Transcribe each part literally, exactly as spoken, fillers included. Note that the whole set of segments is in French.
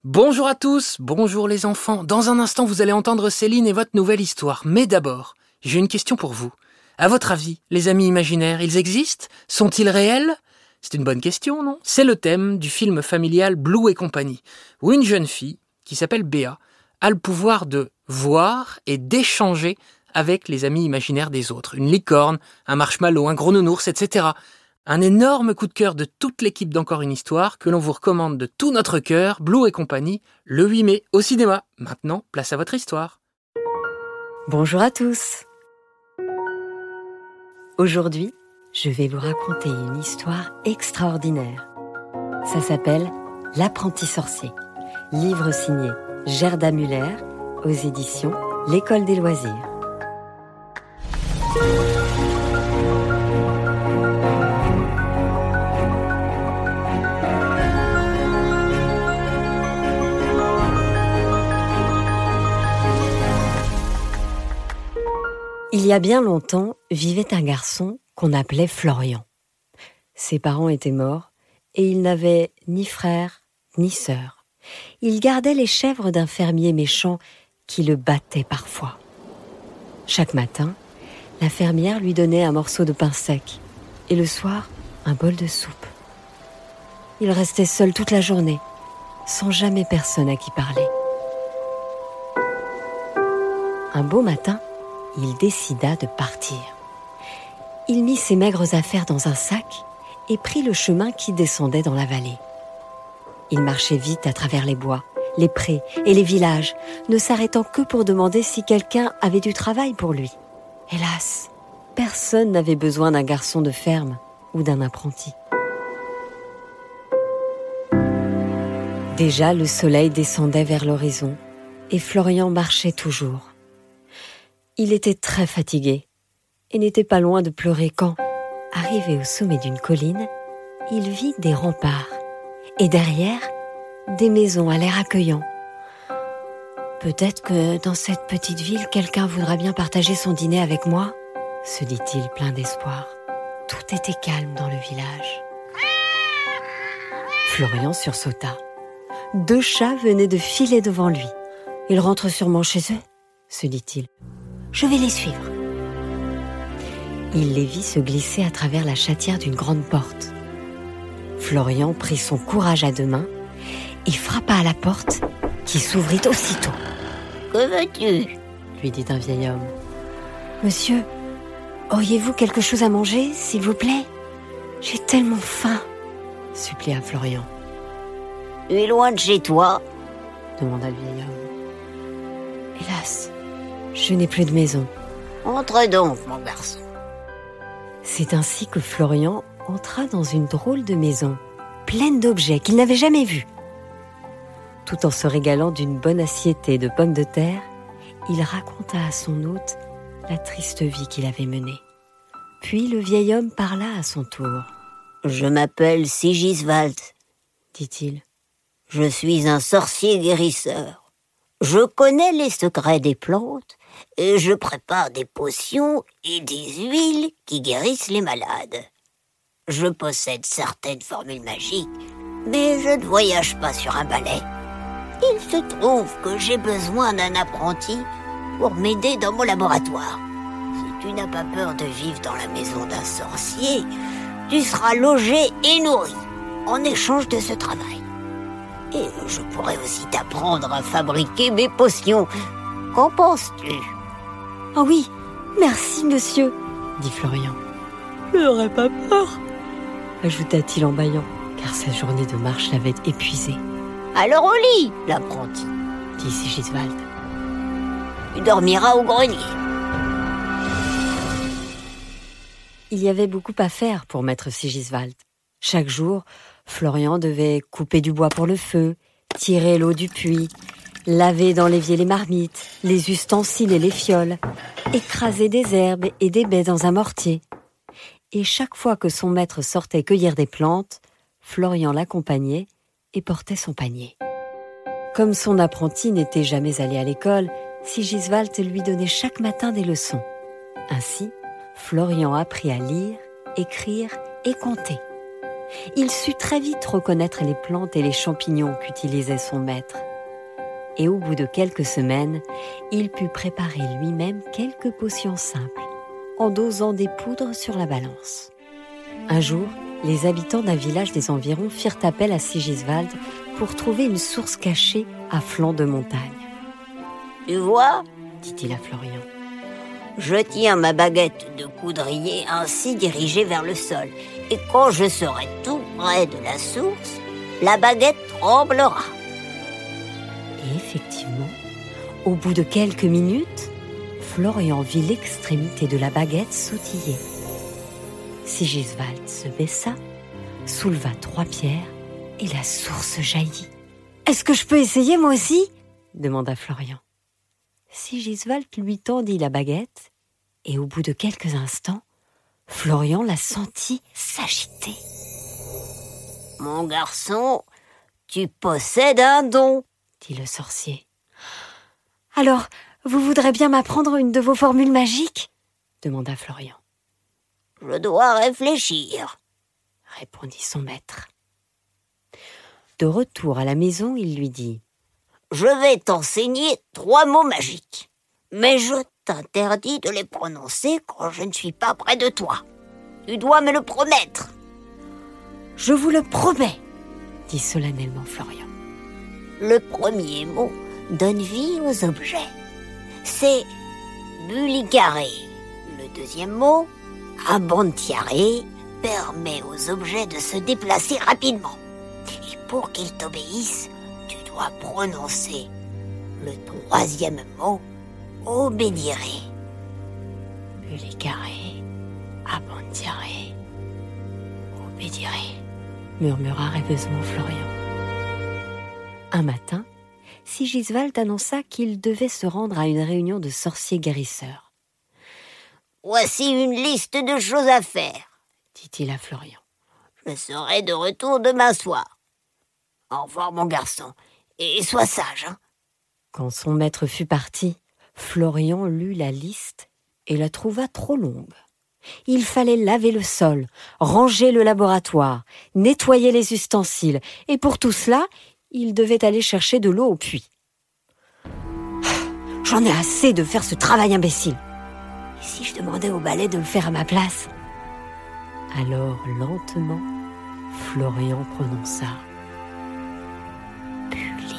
Bonjour à tous, bonjour les enfants. Dans un instant, vous allez entendre Céline et votre nouvelle histoire. Mais d'abord, j'ai une question pour vous. À votre avis, les amis imaginaires, ils existent ? Sont-ils réels ? C'est une bonne question, non ? C'est le thème du film familial Blue et compagnie, où une jeune fille, qui s'appelle Béa, a le pouvoir de voir et d'échanger avec les amis imaginaires des autres. Une licorne, un marshmallow, un gros nounours, et cetera. Un énorme coup de cœur de toute l'équipe d'Encore une histoire que l'on vous recommande de tout notre cœur, Blue et compagnie, le huit mai au cinéma. Maintenant, place à votre histoire. Bonjour à tous. Aujourd'hui, je vais vous raconter une histoire extraordinaire. Ça s'appelle L'apprenti sorcier, livre signé Gerda Müller aux éditions L'École des loisirs. Il y a bien longtemps, vivait un garçon qu'on appelait Florian. Ses parents étaient morts et il n'avait ni frère ni sœur. Il gardait les chèvres d'un fermier méchant qui le battait parfois. Chaque matin, la fermière lui donnait un morceau de pain sec et le soir, un bol de soupe. Il restait seul toute la journée, sans jamais personne à qui parler. Un beau matin, il décida de partir. Il mit ses maigres affaires dans un sac et prit le chemin qui descendait dans la vallée. Il marchait vite à travers les bois, les prés et les villages, ne s'arrêtant que pour demander si quelqu'un avait du travail pour lui. Hélas, personne n'avait besoin d'un garçon de ferme ou d'un apprenti. Déjà, le soleil descendait vers l'horizon et Florian marchait toujours. Il était très fatigué et n'était pas loin de pleurer quand, arrivé au sommet d'une colline, il vit des remparts et derrière, des maisons à l'air accueillant. Peut-être que dans cette petite ville, quelqu'un voudra bien partager son dîner avec moi, se dit-il plein d'espoir. Tout était calme dans le village. Florian sursauta. Deux chats venaient de filer devant lui. Ils rentrent sûrement chez eux, se dit-il. Je vais les suivre. Il les vit se glisser à travers la chatière d'une grande porte. Florian prit son courage à deux mains et frappa à la porte qui s'ouvrit aussitôt. « Que veux-tu » lui dit un vieil homme. « Monsieur, auriez-vous quelque chose à manger, s'il vous plaît ? J'ai tellement faim » supplia Florian. « Tu es loin de chez toi » demanda le vieil homme. « Hélas, je n'ai plus de maison. »« Entre donc, mon garçon. » C'est ainsi que Florian entra dans une drôle de maison, pleine d'objets qu'il n'avait jamais vus. Tout en se régalant d'une bonne assiette de pommes de terre, il raconta à son hôte la triste vie qu'il avait menée. Puis le vieil homme parla à son tour. « Je m'appelle Sigiswald, dit-il. Je suis un sorcier guérisseur. Je connais les secrets des plantes et je prépare des potions et des huiles qui guérissent les malades. Je possède certaines formules magiques, mais je ne voyage pas sur un balai. Il se trouve que j'ai besoin d'un apprenti pour m'aider dans mon laboratoire. Si tu n'as pas peur de vivre dans la maison d'un sorcier, tu seras logé et nourri en échange de ce travail. Et je pourrais aussi t'apprendre à fabriquer mes potions. Qu'en penses-tu » ?« Oh oui, merci monsieur, dit Florian. Je n'aurais pas peur, ajouta-t-il en bâillant, car sa journée de marche l'avait épuisé. Alors au lit, l'apprenti, dit Sigiswald. Tu dormiras au grenier. Il y avait beaucoup à faire pour maître Sigiswald. Chaque jour, Florian devait couper du bois pour le feu, tirer l'eau du puits, laver dans l'évier les marmites, les ustensiles et les fioles, écraser des herbes et des baies dans un mortier. Et chaque fois que son maître sortait cueillir des plantes, Florian l'accompagnait et portait son panier. Comme son apprenti n'était jamais allé à l'école, Sigiswald lui donnait chaque matin des leçons. Ainsi, Florian apprit à lire, écrire et compter. il sut très vite reconnaître les plantes et les champignons qu'utilisait son maître. Et au bout de quelques semaines, il put préparer lui-même quelques potions simples, en dosant des poudres sur la balance. Un jour, les habitants d'un village des environs firent appel à Sigiswald pour trouver une source cachée à flanc de montagne. « Tu vois, dit-il à Florian, je tiens ma baguette de coudrier ainsi dirigée vers le sol, et quand je serai tout près de la source, la baguette tremblera. » Et effectivement, au bout de quelques minutes, Florian vit l'extrémité de la baguette sautiller. Sigiswald se baissa, souleva trois pierres et la source jaillit. « Est-ce que je peux essayer moi aussi ?» demanda Florian. Sigiswald lui tendit la baguette et au bout de quelques instants, Florian la sentit s'agiter. « Mon garçon, tu possèdes un don, » dit le sorcier. « Alors, vous voudrez bien m'apprendre une de vos formules magiques ?» demanda Florian. « Je dois réfléchir, » répondit son maître. De retour à la maison, il lui dit « Je vais t'enseigner trois mots magiques, mais je t'interdis de les prononcer quand je ne suis pas près de toi. Tu dois me le promettre. »« Je vous le promets, » dit solennellement Florian. Le premier mot donne vie aux objets. C'est bulicaré. Le deuxième mot, abontiaré, permet aux objets de se déplacer rapidement. Et pour qu'ils t'obéissent, tu dois prononcer le troisième mot, obédiré. Bulicaré, abontiaré, obédiré, murmura rêveusement Florian. Un matin, Sigiswald annonça qu'il devait se rendre à une réunion de sorciers guérisseurs. « Voici une liste de choses à faire, » dit-il à Florian. « Je serai de retour demain soir. Au revoir, mon garçon, et sois sage. Hein. » Quand son maître fut parti, Florian lut la liste et la trouva trop longue. Il fallait laver le sol, ranger le laboratoire, nettoyer les ustensiles, et pour tout cela, il devait aller chercher de l'eau au puits. « J'en ai assez de faire ce travail imbécile. Et si je demandais au balai de le faire à ma place ?» Alors, lentement, Florian prononça « Bulicaré ».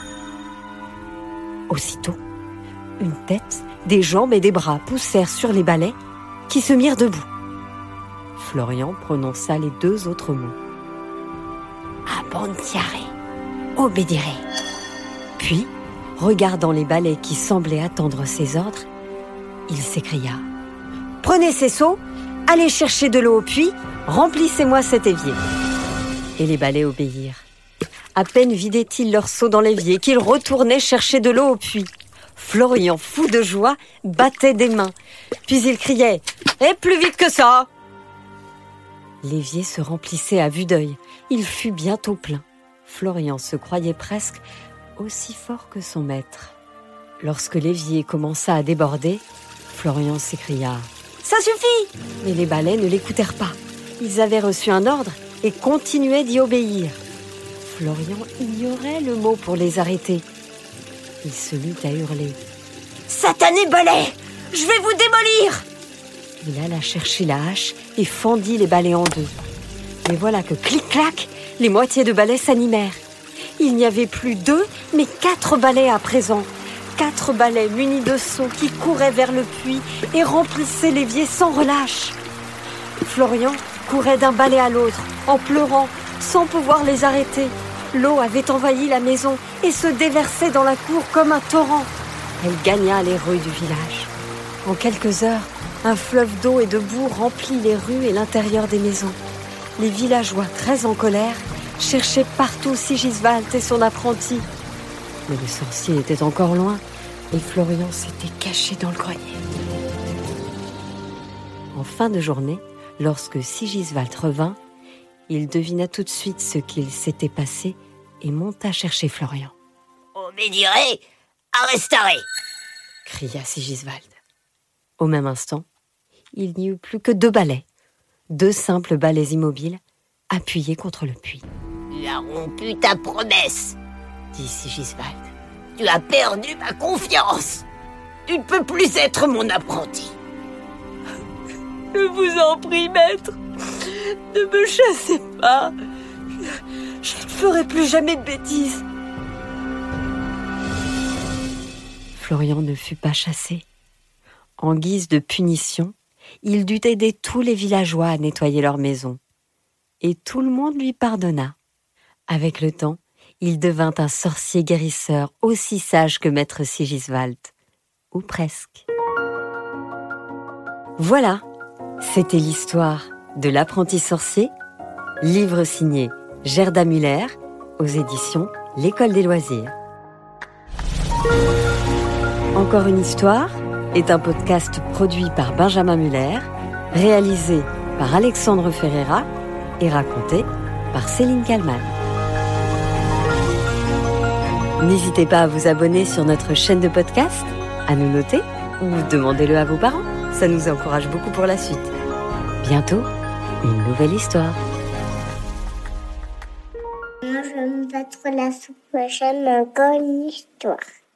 Aussitôt, une tête, des jambes et des bras poussèrent sur les balais qui se mirent debout. Florian prononça les deux autres mots. Abontiaré, obédiré. Puis, regardant les balais qui semblaient attendre ses ordres, il s'écria « Prenez ces seaux, allez chercher de l'eau au puits, remplissez-moi cet évier. » Et les balais obéirent. À peine vidaient-ils leurs seaux dans l'évier qu'ils retournaient chercher de l'eau au puits. Florian, fou de joie, battait des mains. Puis il criait « Et plus vite que ça !» L'évier se remplissait à vue d'œil. Il fut bientôt plein. Florian se croyait presque aussi fort que son maître. Lorsque l'évier commença à déborder, Florian s'écria « Ça suffit !» Mais les balais ne l'écoutèrent pas. Ils avaient reçu un ordre et continuaient d'y obéir. Florian ignorait le mot pour les arrêter. Il se mit à hurler « Satané balai, je vais vous démolir !» Il alla chercher la hache et fendit les balais en deux. Mais voilà que clic-clac, les moitiés de balais s'animèrent. Il n'y avait plus deux, mais quatre balais à présent. Quatre balais munis de seaux qui couraient vers le puits et remplissaient l'évier sans relâche. Florian courait d'un balai à l'autre, en pleurant, sans pouvoir les arrêter. L'eau avait envahi la maison et se déversait dans la cour comme un torrent. Elle gagna les rues du village. En quelques heures, un fleuve d'eau et de boue remplit les rues et l'intérieur des maisons. Les villageois, très en colère, cherchaient partout Sigiswald et son apprenti. Mais le sorcier était encore loin et Florian s'était caché dans le grenier. En fin de journée, lorsque Sigiswald revint, il devina tout de suite ce qu'il s'était passé et monta chercher Florian. « Obédiré, arrestaré !» cria Sigiswald. Au même instant, il n'y eut plus que deux balais, deux simples balais immobiles, appuyé contre le puits. Tu as rompu ta promesse, dit Sigiswald. Tu as perdu ma confiance. Tu ne peux plus être mon apprenti. Je vous en prie, maître, ne me chassez pas. Je ne ferai plus jamais de bêtises. Florian ne fut pas chassé. En guise de punition, il dut aider tous les villageois à nettoyer leur maison. Et tout le monde lui pardonna. Avec le temps, il devint un sorcier guérisseur aussi sage que maître Sigiswald. Ou presque. Voilà, c'était l'histoire de l'apprenti sorcier, livre signé Gerda Müller, aux éditions L'École des loisirs. Encore une histoire est un podcast produit par Benjamin Müller, réalisé par Alexandre Ferreira et raconté par Céline Kallmann. N'hésitez pas à vous abonner sur notre chaîne de podcast, à nous noter ou demandez-le à vos parents. Ça nous encourage beaucoup pour la suite. Bientôt, une nouvelle histoire. Moi, je n'aime pas trop la soupe, j'aime encore une histoire.